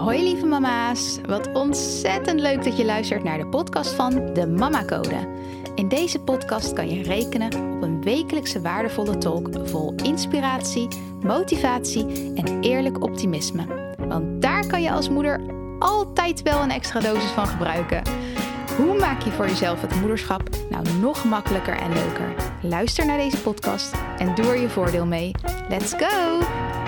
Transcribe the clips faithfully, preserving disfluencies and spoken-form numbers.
Hoi lieve mama's, wat ontzettend leuk dat je luistert naar de podcast van de Mama Code. In deze podcast kan je rekenen op een wekelijkse waardevolle talk vol inspiratie, motivatie en eerlijk optimisme. Want daar kan je als moeder altijd wel een extra dosis van gebruiken. Hoe maak je voor jezelf het moederschap nou nog makkelijker en leuker? Luister naar deze podcast en doe er je voordeel mee. Let's go!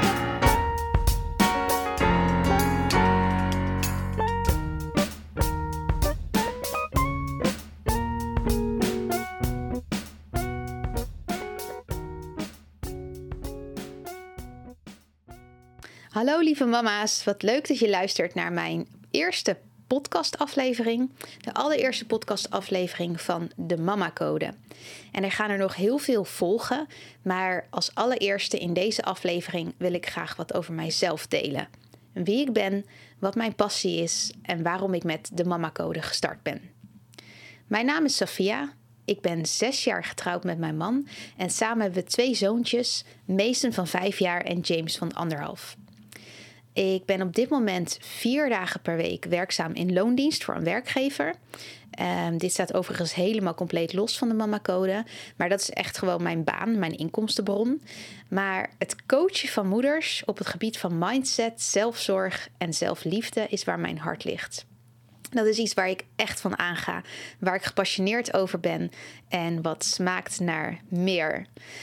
Hallo lieve mama's, wat leuk dat je luistert naar mijn eerste podcastaflevering. De allereerste podcastaflevering van de Mama Code. En er gaan er nog heel veel volgen, maar als allereerste in deze aflevering wil ik graag wat over mijzelf delen. Wie ik ben, wat mijn passie is en waarom ik met de Mama Code gestart ben. Mijn naam is Safia. Ik ben zes jaar getrouwd met mijn man en samen hebben we twee zoontjes, Mason van vijf jaar en James van anderhalf. Ik ben op dit moment vier dagen per week werkzaam in loondienst voor een werkgever. Um, dit staat overigens helemaal compleet los van de Mama Code. Maar dat is echt gewoon mijn baan, mijn inkomstenbron. Maar het coachen van moeders op het gebied van mindset, zelfzorg en zelfliefde is waar mijn hart ligt. Dat is iets waar ik echt van aanga, waar ik gepassioneerd over ben en wat smaakt naar meer.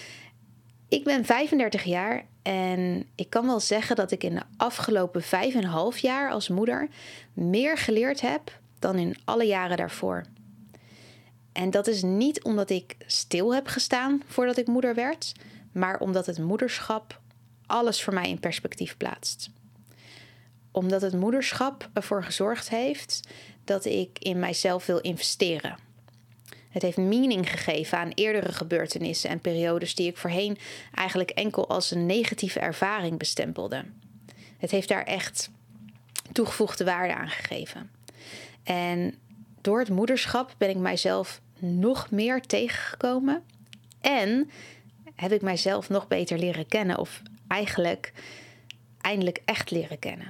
Ik ben vijfendertig jaar en ik kan wel zeggen dat ik in de afgelopen vijf en een half jaar als moeder meer geleerd heb dan in alle jaren daarvoor. En dat is niet omdat ik stil heb gestaan voordat ik moeder werd, maar omdat het moederschap alles voor mij in perspectief plaatst. Omdat het moederschap ervoor gezorgd heeft dat ik in mijzelf wil investeren. Het heeft meaning gegeven aan eerdere gebeurtenissen en periodes die ik voorheen eigenlijk enkel als een negatieve ervaring bestempelde. Het heeft daar echt toegevoegde waarde aan gegeven. En door het moederschap ben ik mijzelf nog meer tegengekomen en heb ik mijzelf nog beter leren kennen of eigenlijk eindelijk echt leren kennen.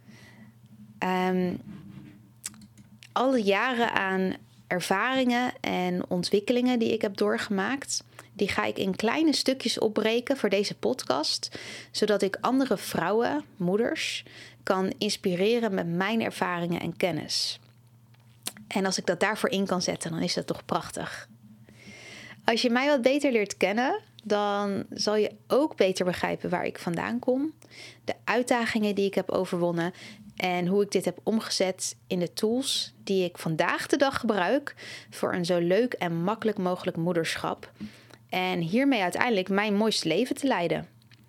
Um, alle jaren aan ervaringen en ontwikkelingen die ik heb doorgemaakt, die ga ik in kleine stukjes opbreken voor deze podcast, zodat ik andere vrouwen, moeders, kan inspireren met mijn ervaringen en kennis. En als ik dat daarvoor in kan zetten, dan is dat toch prachtig. Als je mij wat beter leert kennen, dan zal je ook beter begrijpen waar ik vandaan kom, de uitdagingen die ik heb overwonnen en hoe ik dit heb omgezet in de tools die ik vandaag de dag gebruik voor een zo leuk en makkelijk mogelijk moederschap. En hiermee uiteindelijk mijn mooiste leven te leiden.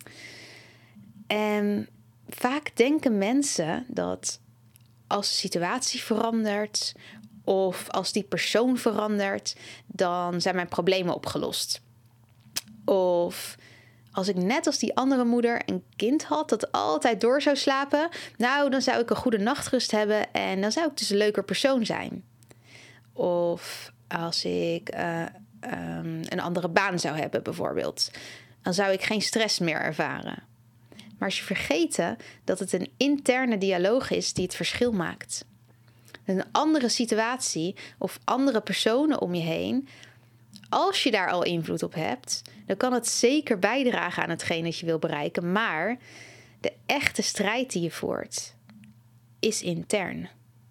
En vaak denken mensen dat als de situatie verandert of als die persoon verandert, dan zijn mijn problemen opgelost. Of als ik net als die andere moeder een kind had dat altijd door zou slapen, nou, dan zou ik een goede nachtrust hebben en dan zou ik dus een leuker persoon zijn. Of als ik uh, um, een andere baan zou hebben bijvoorbeeld, dan zou ik geen stress meer ervaren. Maar als je vergeten dat het een interne dialoog is die het verschil maakt. Een andere situatie of andere personen om je heen, als je daar al invloed op hebt, dan kan het zeker bijdragen aan hetgeen dat je wil bereiken. Maar de echte strijd die je voert, is intern.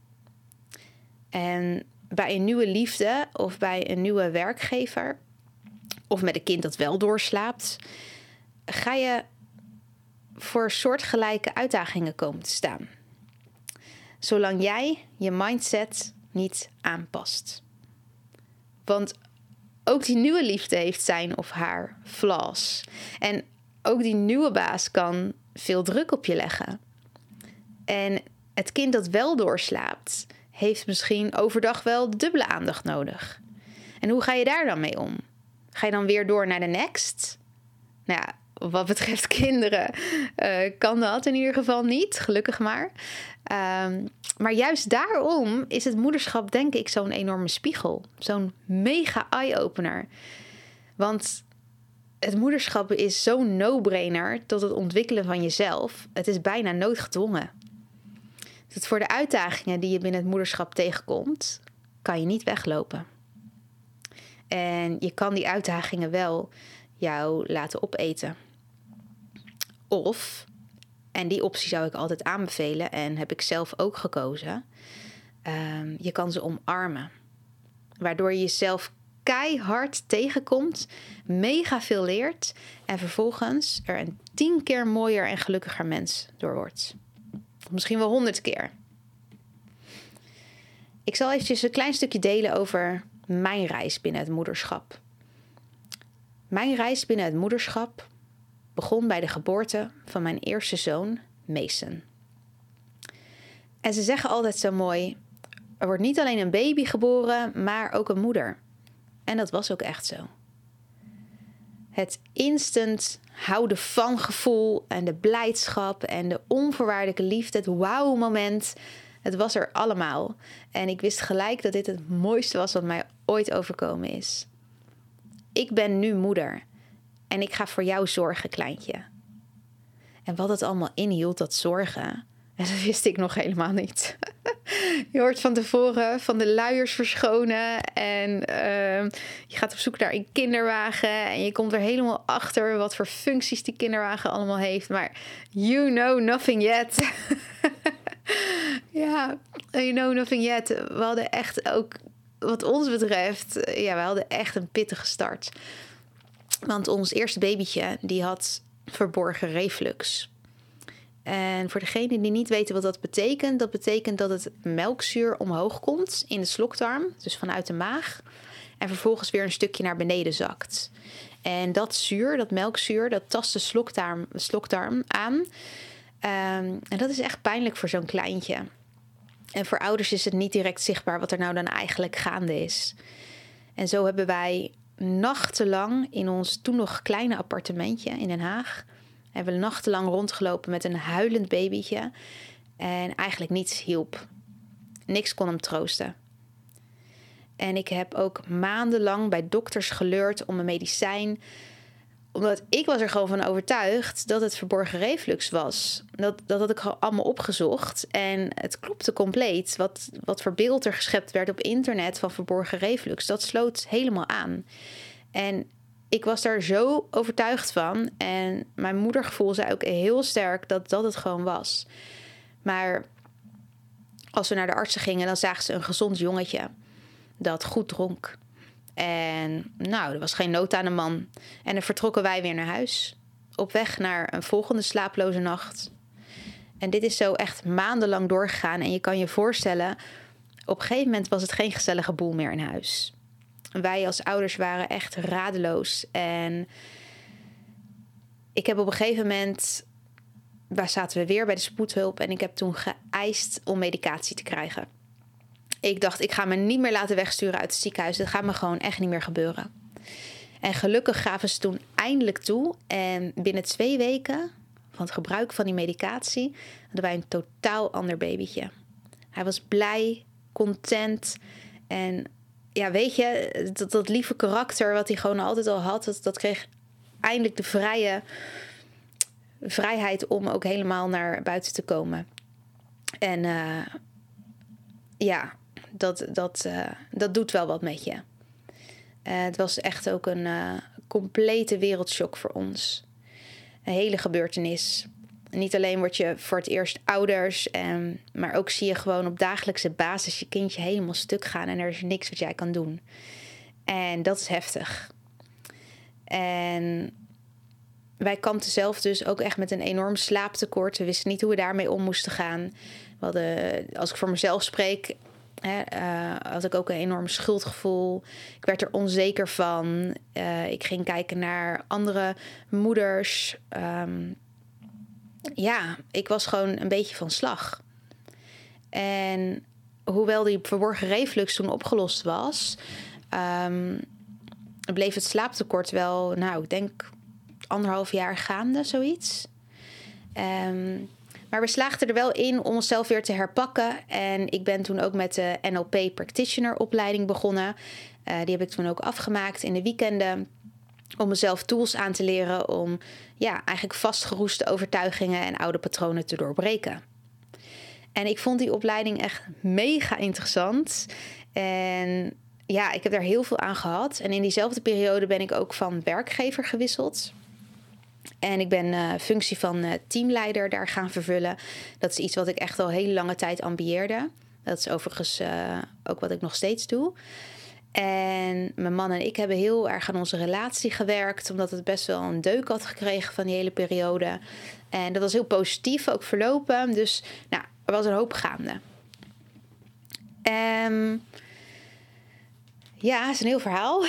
En bij een nieuwe liefde of bij een nieuwe werkgever, of met een kind dat wel doorslaapt, ga je voor soortgelijke uitdagingen komen te staan. Zolang jij je mindset niet aanpast. Want ook die nieuwe liefde heeft zijn of haar flaws. En ook die nieuwe baas kan veel druk op je leggen. En het kind dat wel doorslaapt, heeft misschien overdag wel de dubbele aandacht nodig. En hoe ga je daar dan mee om? Ga je dan weer door naar de next? Nou ja, wat betreft kinderen uh, kan dat in ieder geval niet, gelukkig maar. Um, maar juist daarom is het moederschap, denk ik, zo'n enorme spiegel. Zo'n mega eye-opener. Want het moederschap is zo'n no-brainer tot het ontwikkelen van jezelf. Het is bijna noodgedwongen. Dat voor de uitdagingen die je binnen het moederschap tegenkomt, kan je niet weglopen. En je kan die uitdagingen wel jou laten opeten. Of, en die optie zou ik altijd aanbevelen en heb ik zelf ook gekozen, um, je kan ze omarmen. Waardoor je jezelf keihard tegenkomt, mega veel leert en vervolgens er een tien keer mooier en gelukkiger mens door wordt. Of misschien wel honderd keer. Ik zal eventjes een klein stukje delen over mijn reis binnen het moederschap. Mijn reis binnen het moederschap begon bij de geboorte van mijn eerste zoon, Mason. En ze zeggen altijd zo mooi, er wordt niet alleen een baby geboren, maar ook een moeder. En dat was ook echt zo. Het instant houden van gevoel en de blijdschap en de onvoorwaardelijke liefde, het wauw moment, het was er allemaal. En ik wist gelijk dat dit het mooiste was wat mij ooit overkomen is. Ik ben nu moeder en ik ga voor jou zorgen, kleintje. En wat het allemaal inhield, dat zorgen, dat wist ik nog helemaal niet. Je hoort van tevoren van de luiers verschonen en uh, je gaat op zoek naar een kinderwagen en je komt er helemaal achter wat voor functies die kinderwagen allemaal heeft. Maar you know nothing yet. Ja, you know nothing yet. We hadden echt ook, wat ons betreft, ja, we hadden echt een pittige start. Want ons eerste babytje, die had verborgen reflux. En voor degenen die niet weten wat dat betekent, dat betekent dat het melkzuur omhoog komt in de slokdarm, dus vanuit de maag, en vervolgens weer een stukje naar beneden zakt. En dat zuur, dat melkzuur, dat tast de slokdarm, slokdarm aan. Um, en dat is echt pijnlijk voor zo'n kleintje. En voor ouders is het niet direct zichtbaar wat er nou dan eigenlijk gaande is. En zo hebben wij nachtenlang in ons toen nog kleine appartementje in Den Haag, hebben we nachtenlang rondgelopen met een huilend babytje. En eigenlijk niets hielp. Niks kon hem troosten. En ik heb ook maandenlang bij dokters geleurd om een medicijn, omdat ik was er gewoon van overtuigd dat het verborgen reflux was. Dat, dat had ik allemaal opgezocht. En het klopte compleet. Wat, wat voor beeld er geschept werd op internet van verborgen reflux, dat sloot helemaal aan. En ik was daar zo overtuigd van. En mijn moedergevoel zei ook heel sterk dat dat het gewoon was. Maar als we naar de artsen gingen, dan zagen ze een gezond jongetje dat goed dronk. En nou, er was geen nood aan de man. En dan vertrokken wij weer naar huis. Op weg naar een volgende slaaploze nacht. En dit is zo echt maandenlang doorgegaan. En je kan je voorstellen, op een gegeven moment was het geen gezellige boel meer in huis. Wij als ouders waren echt radeloos. En ik heb op een gegeven moment, waar zaten we weer bij de spoedhulp. En ik heb toen geëist om medicatie te krijgen. Ik dacht, ik ga me niet meer laten wegsturen uit het ziekenhuis. Dat gaat me gewoon echt niet meer gebeuren. En gelukkig gaven ze toen eindelijk toe. En binnen twee weken van het gebruik van die medicatie hadden wij een totaal ander babytje. Hij was blij, content. En ja, weet je, dat, dat lieve karakter wat hij gewoon altijd al had, dat, dat kreeg eindelijk de vrije vrijheid om ook helemaal naar buiten te komen. En uh, ja, dat, dat, uh, dat doet wel wat met je. Uh, het was echt ook een uh, complete wereldshock voor ons. Een hele gebeurtenis. Niet alleen word je voor het eerst ouders, en, maar ook zie je gewoon op dagelijkse basis je kindje helemaal stuk gaan en er is niks wat jij kan doen. En dat is heftig. En wij kampten zelf dus ook echt met een enorm slaaptekort. We wisten niet hoe we daarmee om moesten gaan. We hadden, als ik voor mezelf spreek, hè, uh, had ik ook een enorm schuldgevoel. Ik werd er onzeker van. Uh, ik ging kijken naar andere moeders. Um, ja, ik was gewoon een beetje van slag. En hoewel die verborgen reflux toen opgelost was, um, bleef het slaaptekort wel, nou, ik denk anderhalf jaar gaande, zoiets. Um, maar we slaagden er wel in om onszelf weer te herpakken. En ik ben toen ook met de N L P Practitioner opleiding begonnen. Uh, die heb ik toen ook afgemaakt in de weekenden. Om mezelf tools aan te leren om ja, eigenlijk vastgeroeste overtuigingen en oude patronen te doorbreken. En ik vond die opleiding echt mega interessant. En ja, ik heb daar heel veel aan gehad. En in diezelfde periode ben ik ook van werkgever gewisseld. En ik ben uh, functie van uh, teamleider daar gaan vervullen. Dat is iets wat ik echt al hele lange tijd ambieerde. Dat is overigens uh, ook wat ik nog steeds doe. En mijn man en ik hebben heel erg aan onze relatie gewerkt, omdat het best wel een deuk had gekregen van die hele periode. En dat was heel positief ook verlopen. Dus nou, er was een hoop gaande. Um, ja, het is een heel verhaal.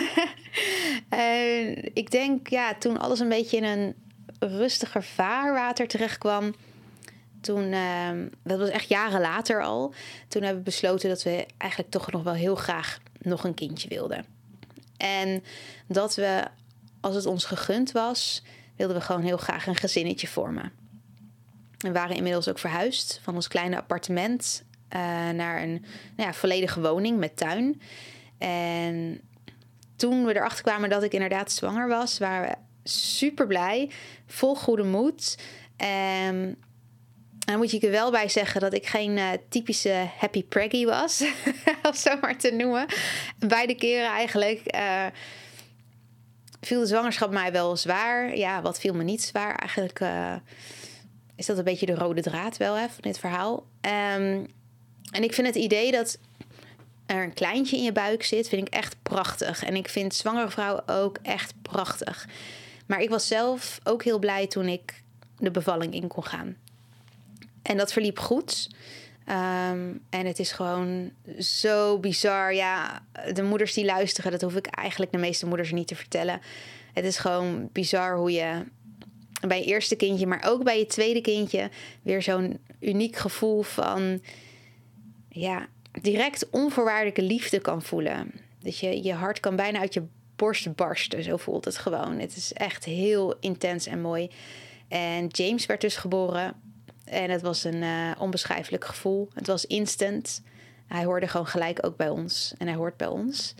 En ik denk, ja, toen alles een beetje in een rustiger vaarwater terecht kwam, toen, uh, dat was echt jaren later al, toen hebben we besloten dat we eigenlijk toch nog wel heel graag nog een kindje wilden. En dat we, als het ons gegund was, wilden we gewoon heel graag een gezinnetje vormen. We waren inmiddels ook verhuisd van ons kleine appartement uh, naar een nou ja, volledige woning met tuin. En toen we erachter kwamen dat ik inderdaad zwanger was, waren we super blij, vol goede moed. En dan moet je er wel bij zeggen dat ik geen uh, typische happy preggy was, of zo maar te noemen. Beide keren eigenlijk uh, viel de zwangerschap mij wel zwaar. Ja, wat viel me niet zwaar? Eigenlijk uh, is dat een beetje de rode draad wel hè, van dit verhaal. Um, en ik vind het idee dat er een kleintje in je buik zit, vind ik echt prachtig. En ik vind zwangere vrouwen ook echt prachtig. Maar ik was zelf ook heel blij toen ik de bevalling in kon gaan. En dat verliep goed. Um, en het is gewoon zo bizar. Ja, de moeders die luisteren, dat hoef ik eigenlijk de meeste moeders niet te vertellen. Het is gewoon bizar hoe je bij je eerste kindje, maar ook bij je tweede kindje, weer zo'n uniek gevoel van, ja, direct onvoorwaardelijke liefde kan voelen. Dat je je hart kan bijna uit je borst barsten. Zo voelt het gewoon. Het is echt heel intens en mooi. En James werd dus geboren. En het was een uh, onbeschrijfelijk gevoel. Het was instant. Hij hoorde gewoon gelijk ook bij ons. En hij hoort bij ons.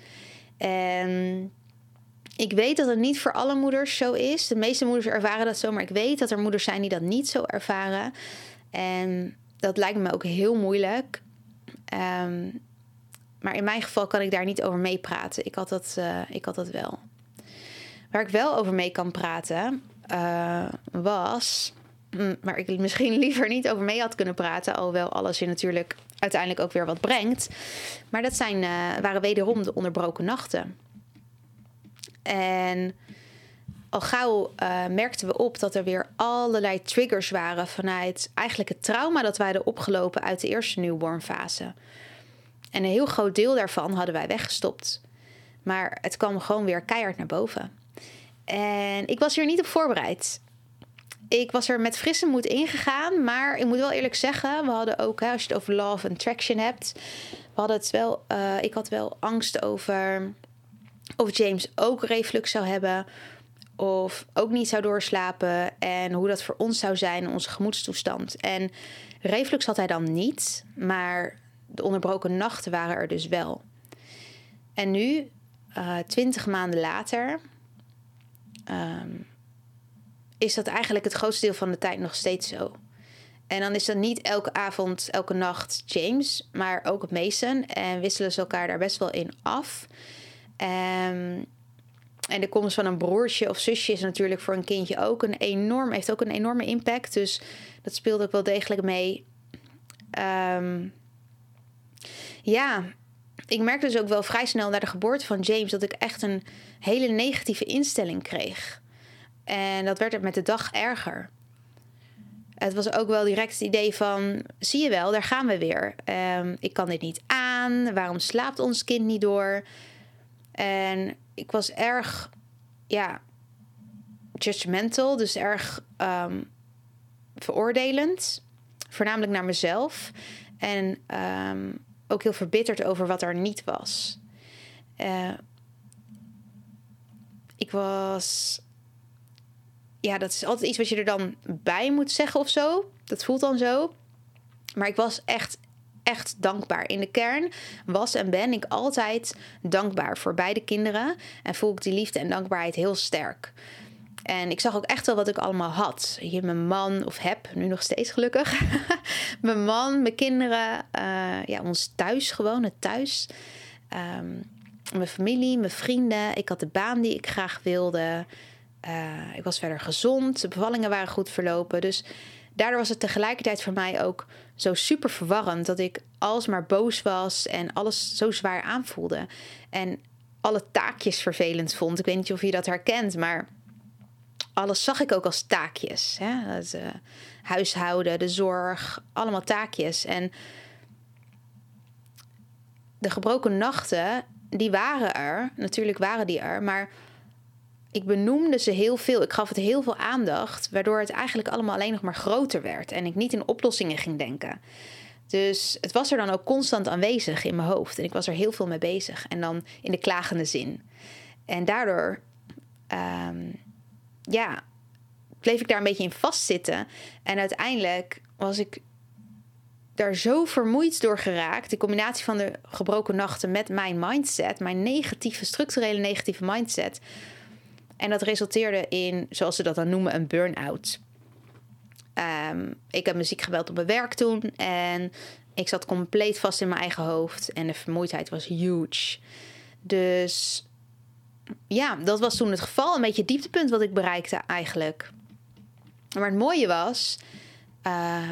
En ik weet dat het niet voor alle moeders zo is. De meeste moeders ervaren dat zo. Maar ik weet dat er moeders zijn die dat niet zo ervaren. En dat lijkt me ook heel moeilijk. Um, maar in mijn geval kan ik daar niet over meepraten. Ik had dat, uh, ik had dat wel. Waar ik wel over mee kan praten uh, was, waar ik misschien liever niet over mee had kunnen praten, alhoewel alles je natuurlijk uiteindelijk ook weer wat brengt. Maar dat zijn, uh, waren wederom de onderbroken nachten. En al gauw uh, merkten we op dat er weer allerlei triggers waren vanuit eigenlijk het trauma dat wij hadden opgelopen uit de eerste newborn-fase. En een heel groot deel daarvan hadden wij weggestopt. Maar het kwam gewoon weer keihard naar boven. En ik was hier niet op voorbereid. Ik was er met frisse moed ingegaan. Maar ik moet wel eerlijk zeggen, we hadden ook, hè, als je het over love and attraction hebt, we hadden het wel, uh, ik had wel angst over of James ook reflux zou hebben, of ook niet zou doorslapen, en hoe dat voor ons zou zijn, onze gemoedstoestand. En reflux had hij dan niet, maar de onderbroken nachten waren er dus wel. En nu, uh, twintig maanden later, um, is dat eigenlijk het grootste deel van de tijd nog steeds zo. En dan is dat niet elke avond, elke nacht James, maar ook Mason. En wisselen ze elkaar daar best wel in af. Um, en de komst van een broertje of zusje is natuurlijk voor een kindje ook een enorm, heeft ook een enorme impact. Dus dat speelt ook wel degelijk mee. Um, ja, ik merkte dus ook wel vrij snel na de geboorte van James dat ik echt een hele negatieve instelling kreeg. En dat werd het met de dag erger. Het was ook wel direct het idee van, zie je wel, daar gaan we weer. Um, ik kan dit niet aan. Waarom slaapt ons kind niet door? En ik was erg, ja, judgmental. Dus erg um, veroordelend. Voornamelijk naar mezelf. En um, ook heel verbitterd over wat er niet was. Uh, ik was, ja, dat is altijd iets wat je er dan bij moet zeggen of zo. Dat voelt dan zo. Maar ik was echt, echt dankbaar. In de kern was en ben ik altijd dankbaar voor beide kinderen. En voel ik die liefde en dankbaarheid heel sterk. En ik zag ook echt wel wat ik allemaal had. Hier mijn man, of heb, nu nog steeds gelukkig. Mijn man, mijn kinderen, uh, ja, ons thuis gewoon, het thuis. Um, mijn familie, mijn vrienden. Ik had de baan die ik graag wilde. Uh, ik was verder gezond. De bevallingen waren goed verlopen. Dus daardoor was het tegelijkertijd voor mij ook zo super verwarrend dat ik alsmaar boos was en alles zo zwaar aanvoelde. En alle taakjes vervelend vond. Ik weet niet of je dat herkent, maar alles zag ik ook als taakjes. Hè? Het uh, huishouden, de zorg, allemaal taakjes. En de gebroken nachten, die waren er. Natuurlijk waren die er, maar ik benoemde ze heel veel. Ik gaf het heel veel aandacht, waardoor het eigenlijk allemaal alleen nog maar groter werd. En ik niet in oplossingen ging denken. Dus het was er dan ook constant aanwezig in mijn hoofd. En ik was er heel veel mee bezig. En dan in de klagende zin. En daardoor Um, ja, bleef ik daar een beetje in vastzitten. En uiteindelijk was ik daar zo vermoeid door geraakt. De combinatie van de gebroken nachten met mijn mindset. Mijn negatieve, structurele negatieve mindset. En dat resulteerde in, zoals ze dat dan noemen, een burn-out. Um, ik heb muziek gebeld op mijn werk toen. En ik zat compleet vast in mijn eigen hoofd. En de vermoeidheid was huge. Dus ja, dat was toen het geval. Een beetje het dieptepunt wat ik bereikte eigenlijk. Maar het mooie was, Uh,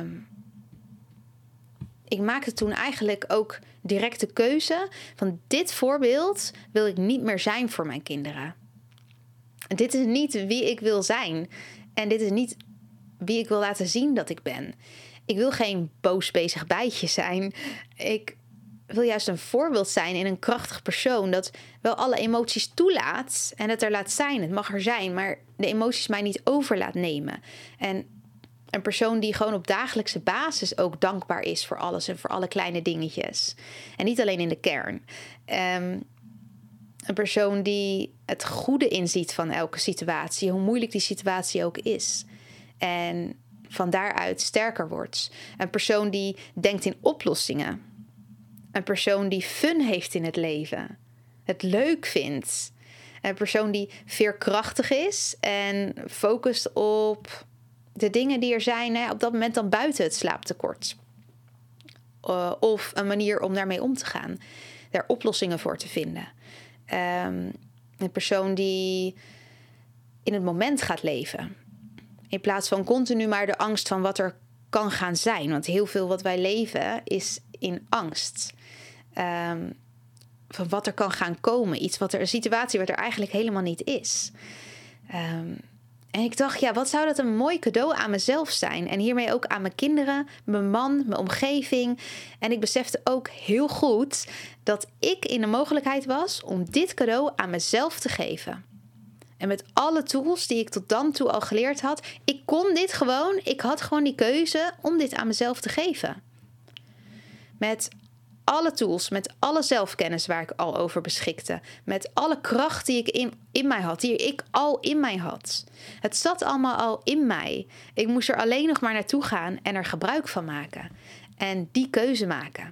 ik maakte toen eigenlijk ook direct de keuze van dit voorbeeld wil ik niet meer zijn voor mijn kinderen. Dit is niet wie ik wil zijn. En dit is niet wie ik wil laten zien dat ik ben. Ik wil geen boos bezig bijtje zijn. Ik wil juist een voorbeeld zijn in een krachtig persoon dat wel alle emoties toelaat en het er laat zijn. Het mag er zijn, maar de emoties mij niet over laat nemen. En een persoon die gewoon op dagelijkse basis ook dankbaar is voor alles en voor alle kleine dingetjes. En niet alleen in de kern. Um, een persoon die het goede inziet van elke situatie, hoe moeilijk die situatie ook is. En van daaruit sterker wordt. Een persoon die denkt in oplossingen. Een persoon die fun heeft in het leven. Het leuk vindt. Een persoon die veerkrachtig is en focust op de dingen die er zijn, hè, op dat moment dan buiten het slaaptekort. Uh, of een manier om daarmee om te gaan. Daar oplossingen voor te vinden. Um, een persoon die in het moment gaat leven. In plaats van continu maar de angst van wat er kan gaan zijn. Want heel veel wat wij leven is in angst. Um, van wat er kan gaan komen. Iets wat er, een situatie wat er eigenlijk helemaal niet is. Um, en ik dacht, ja, wat zou dat een mooi cadeau aan mezelf zijn? En hiermee ook aan mijn kinderen, mijn man, mijn omgeving. En ik besefte ook heel goed dat ik in de mogelijkheid was om dit cadeau aan mezelf te geven. En met alle tools die ik tot dan toe al geleerd had, ik kon dit gewoon, ik had gewoon die keuze om dit aan mezelf te geven. Met alle tools, met alle zelfkennis waar ik al over beschikte. Met alle kracht die ik in, in mij had, die ik al in mij had. Het zat allemaal al in mij. Ik moest er alleen nog maar naartoe gaan en er gebruik van maken. En die keuze maken.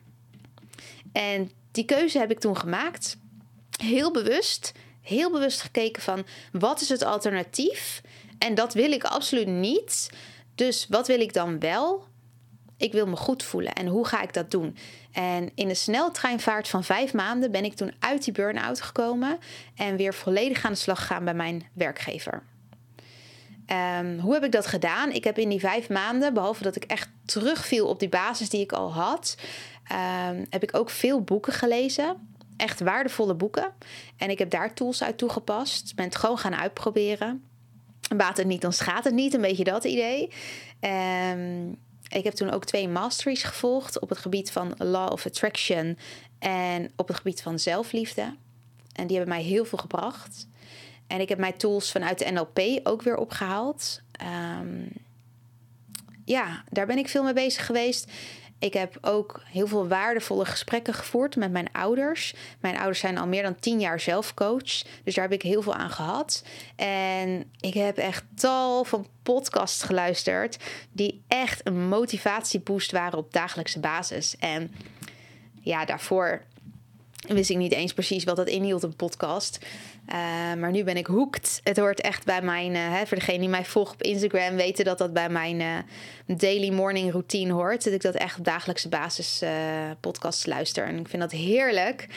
En die keuze heb ik toen gemaakt. Heel bewust. Heel bewust gekeken van wat is het alternatief? En dat wil ik absoluut niet. Dus wat wil ik dan wel? Ik wil me goed voelen. En hoe ga ik dat doen? En in een sneltreinvaart van vijf maanden ben ik toen uit die burn-out gekomen en weer volledig aan de slag gegaan bij mijn werkgever. Um, hoe heb ik dat gedaan? Ik heb in die vijf maanden, behalve dat ik echt terugviel op die basis die ik al had, um, heb ik ook veel boeken gelezen. Echt waardevolle boeken. En ik heb daar tools uit toegepast. Ben het gewoon gaan uitproberen. Baat het niet, dan schaadt het niet. Een beetje dat idee. Um, Ik heb toen ook twee masteries gevolgd op het gebied van Law of Attraction en op het gebied van zelfliefde. En die hebben mij heel veel gebracht. En ik heb mijn tools vanuit de N L P ook weer opgehaald. Um, ja, daar ben ik veel mee bezig geweest. Ik heb ook heel veel waardevolle gesprekken gevoerd met mijn ouders. Mijn ouders zijn al meer dan tien jaar zelf coach. Dus daar heb ik heel veel aan gehad. En ik heb echt tal van podcasts geluisterd die echt een motivatieboost waren op dagelijkse basis. En ja, daarvoor wist ik niet eens precies wat dat inhield, een podcast. Uh, maar nu ben ik hooked. Het hoort echt bij mijn... Uh, hè, voor degene die mij volgt op Instagram weten dat dat bij mijn uh, daily morning routine hoort. Dat ik dat echt op dagelijkse basis uh, podcasts luister. En ik vind dat heerlijk.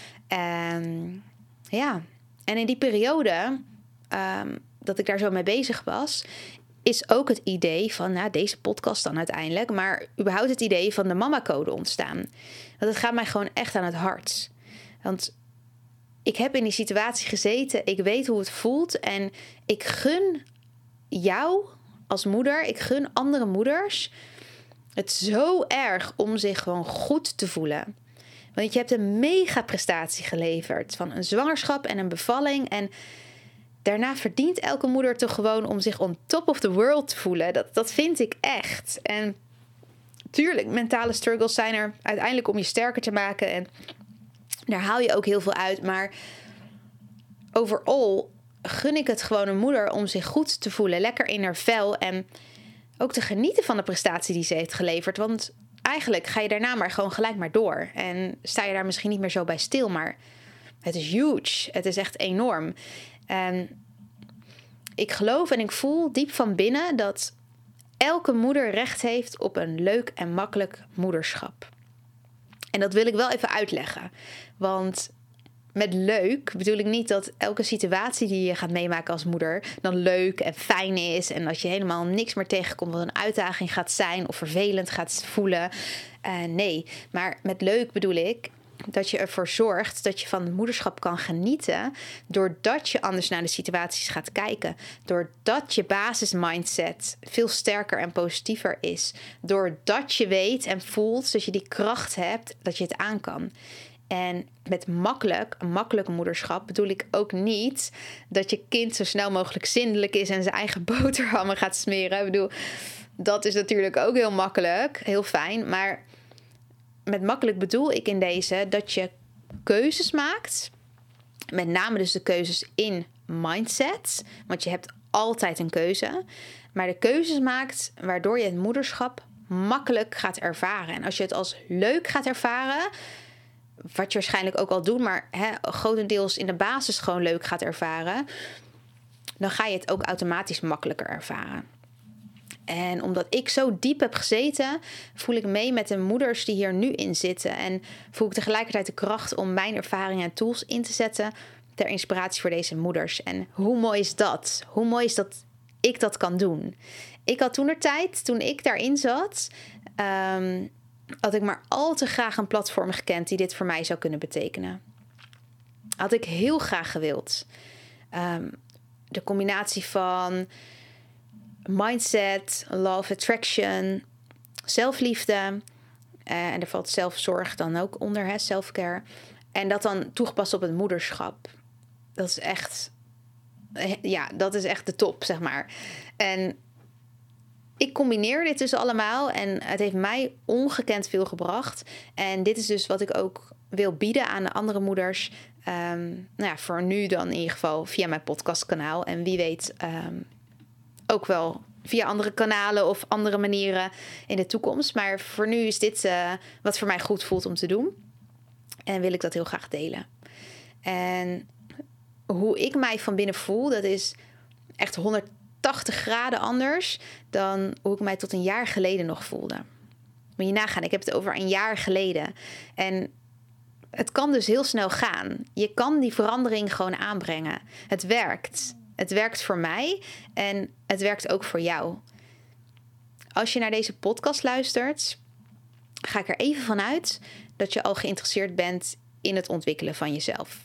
Um, ja, en in die periode um, dat ik daar zo mee bezig was, is ook het idee van, nou, deze podcast dan uiteindelijk, maar überhaupt het idee van de Mama-code ontstaan. Want het gaat mij gewoon echt aan het hart. Want ik heb in die situatie gezeten, ik weet hoe het voelt en ik gun jou als moeder, ik gun andere moeders het zo erg om zich gewoon goed te voelen. Want je hebt een mega prestatie geleverd van een zwangerschap en een bevalling. En daarna verdient elke moeder toch gewoon om zich on top of the world te voelen. Dat, dat vind ik echt. En tuurlijk, mentale struggles zijn er uiteindelijk om je sterker te maken. En daar haal je ook heel veel uit. Maar overal gun ik het gewoon een moeder om zich goed te voelen. Lekker in haar vel. En ook te genieten van de prestatie die ze heeft geleverd. Want eigenlijk ga je daarna maar gewoon gelijk maar door. En sta je daar misschien niet meer zo bij stil. Maar het is huge. Het is echt enorm. En ik geloof en ik voel diep van binnen dat elke moeder recht heeft op een leuk en makkelijk moederschap. En dat wil ik wel even uitleggen. Want met leuk bedoel ik niet dat elke situatie die je gaat meemaken als moeder dan leuk en fijn is. En dat je helemaal niks meer tegenkomt wat een uitdaging gaat zijn of vervelend gaat voelen. Uh, nee, maar met leuk bedoel ik dat je ervoor zorgt dat je van het moederschap kan genieten, doordat je anders naar de situaties gaat kijken. Doordat je basismindset veel sterker en positiever is. Doordat je weet en voelt dat je die kracht hebt, dat je het aan kan. En met makkelijk, een makkelijke moederschap bedoel ik ook niet dat je kind zo snel mogelijk zindelijk is en zijn eigen boterhammen gaat smeren. Ik bedoel, dat is natuurlijk ook heel makkelijk, heel fijn. Maar met makkelijk bedoel ik in deze dat je keuzes maakt. Met name dus de keuzes in mindset. Want je hebt altijd een keuze. Maar de keuzes maakt waardoor je het moederschap makkelijk gaat ervaren. En als je het als leuk gaat ervaren, wat je waarschijnlijk ook al doet, maar hè, grotendeels in de basis gewoon leuk gaat ervaren, dan ga je het ook automatisch makkelijker ervaren. En omdat ik zo diep heb gezeten, voel ik mee met de moeders die hier nu in zitten. En voel ik tegelijkertijd de kracht om mijn ervaringen en tools in te zetten ter inspiratie voor deze moeders. En hoe mooi is dat? Hoe mooi is dat ik dat kan doen? Ik had toentertijd, toen ik daarin zat, um, had ik maar al te graag een platform gekend die dit voor mij zou kunnen betekenen. Had ik heel graag gewild. Um, de combinatie van mindset, law of attraction, zelfliefde. Uh, en er valt zelfzorg dan ook onder, hè, selfcare. En dat dan toegepast op het moederschap. Dat is echt, ja, dat is echt de top, zeg maar. En ik combineer dit dus allemaal en het heeft mij ongekend veel gebracht. En dit is dus wat ik ook wil bieden aan de andere moeders. Um, nou ja, voor nu dan in ieder geval via mijn podcastkanaal. En wie weet um, ook wel via andere kanalen of andere manieren in de toekomst. Maar voor nu is dit uh, wat voor mij goed voelt om te doen. En wil ik dat heel graag delen. En hoe ik mij van binnen voel, dat is echt honderdtachtig graden anders dan hoe ik mij tot een jaar geleden nog voelde. Moet je nagaan, ik heb het over een jaar geleden. En het kan dus heel snel gaan. Je kan die verandering gewoon aanbrengen. Het werkt. Het werkt voor mij en het werkt ook voor jou. Als je naar deze podcast luistert, ga ik er even vanuit dat je al geïnteresseerd bent in het ontwikkelen van jezelf.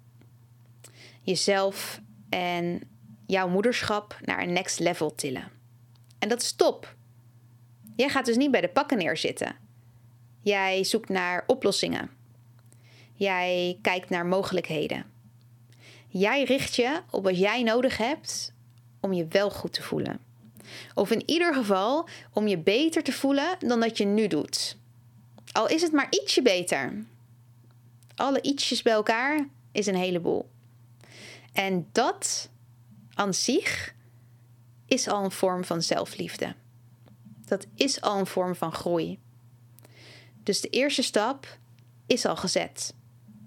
Jezelf en jouw moederschap naar een next level tillen. En dat is top. Jij gaat dus niet bij de pakken neerzitten. Jij zoekt naar oplossingen. Jij kijkt naar mogelijkheden. Jij richt je op wat jij nodig hebt om je wel goed te voelen. Of in ieder geval om je beter te voelen dan dat je nu doet. Al is het maar ietsje beter. Alle ietsjes bij elkaar is een heleboel. En dat aan zich is al een vorm van zelfliefde. Dat is al een vorm van groei. Dus de eerste stap is al gezet.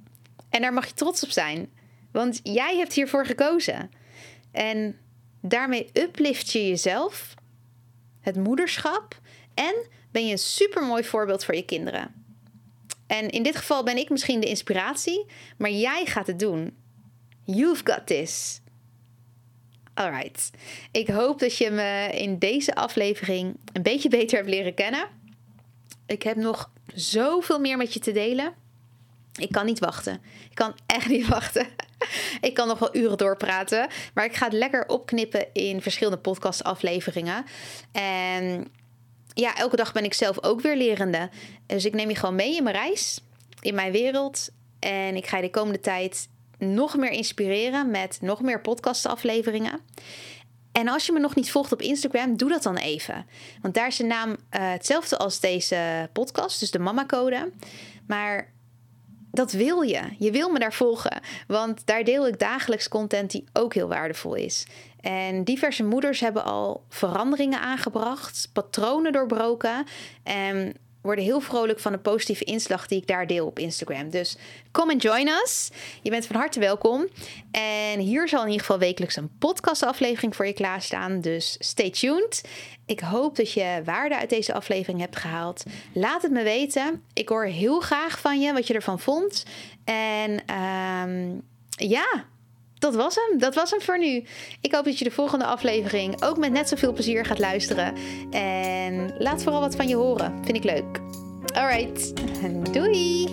En daar mag je trots op zijn. Want jij hebt hiervoor gekozen. En daarmee uplift je jezelf, het moederschap, en ben je een supermooi voorbeeld voor je kinderen. En in dit geval ben ik misschien de inspiratie, maar jij gaat het doen. You've got this. Alright. Ik hoop dat je me in deze aflevering een beetje beter hebt leren kennen. Ik heb nog zoveel meer met je te delen. Ik kan niet wachten. Ik kan echt niet wachten. Ik kan nog wel uren doorpraten. Maar ik ga het lekker opknippen in verschillende podcastafleveringen. En ja, elke dag ben ik zelf ook weer lerende. Dus ik neem je gewoon mee in mijn reis, in mijn wereld. En ik ga je de komende tijd nog meer inspireren met nog meer podcastafleveringen. En als je me nog niet volgt op Instagram, doe dat dan even. Want daar is de naam uh, hetzelfde als deze podcast, dus de Mama Code. Maar dat wil je. Je wil me daar volgen. Want daar deel ik dagelijks content die ook heel waardevol is. En diverse moeders hebben al veranderingen aangebracht, patronen doorbroken en worden heel vrolijk van de positieve inslag die ik daar deel op Instagram. Dus come and join us. Je bent van harte welkom. En hier zal in ieder geval wekelijks een podcastaflevering voor je klaarstaan. Dus stay tuned. Ik hoop dat je waarde uit deze aflevering hebt gehaald. Laat het me weten. Ik hoor heel graag van je wat je ervan vond. En um, ja... Dat was hem. Dat was hem voor nu. Ik hoop dat je de volgende aflevering ook met net zoveel plezier gaat luisteren. En laat vooral wat van je horen. Vind ik leuk. Alright. Doei.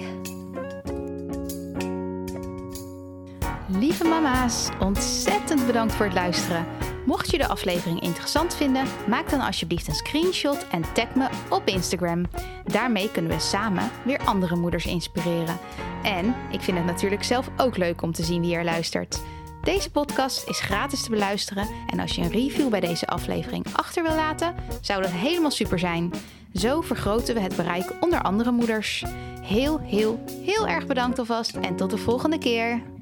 Lieve mama's, ontzettend bedankt voor het luisteren. Mocht je de aflevering interessant vinden, maak dan alsjeblieft een screenshot en tag me op Instagram. Daarmee kunnen we samen weer andere moeders inspireren. En ik vind het natuurlijk zelf ook leuk om te zien wie er luistert. Deze podcast is gratis te beluisteren en als je een review bij deze aflevering achter wil laten, zou dat helemaal super zijn. Zo vergroten we het bereik onder andere moeders. Heel, heel, heel erg bedankt alvast en tot de volgende keer.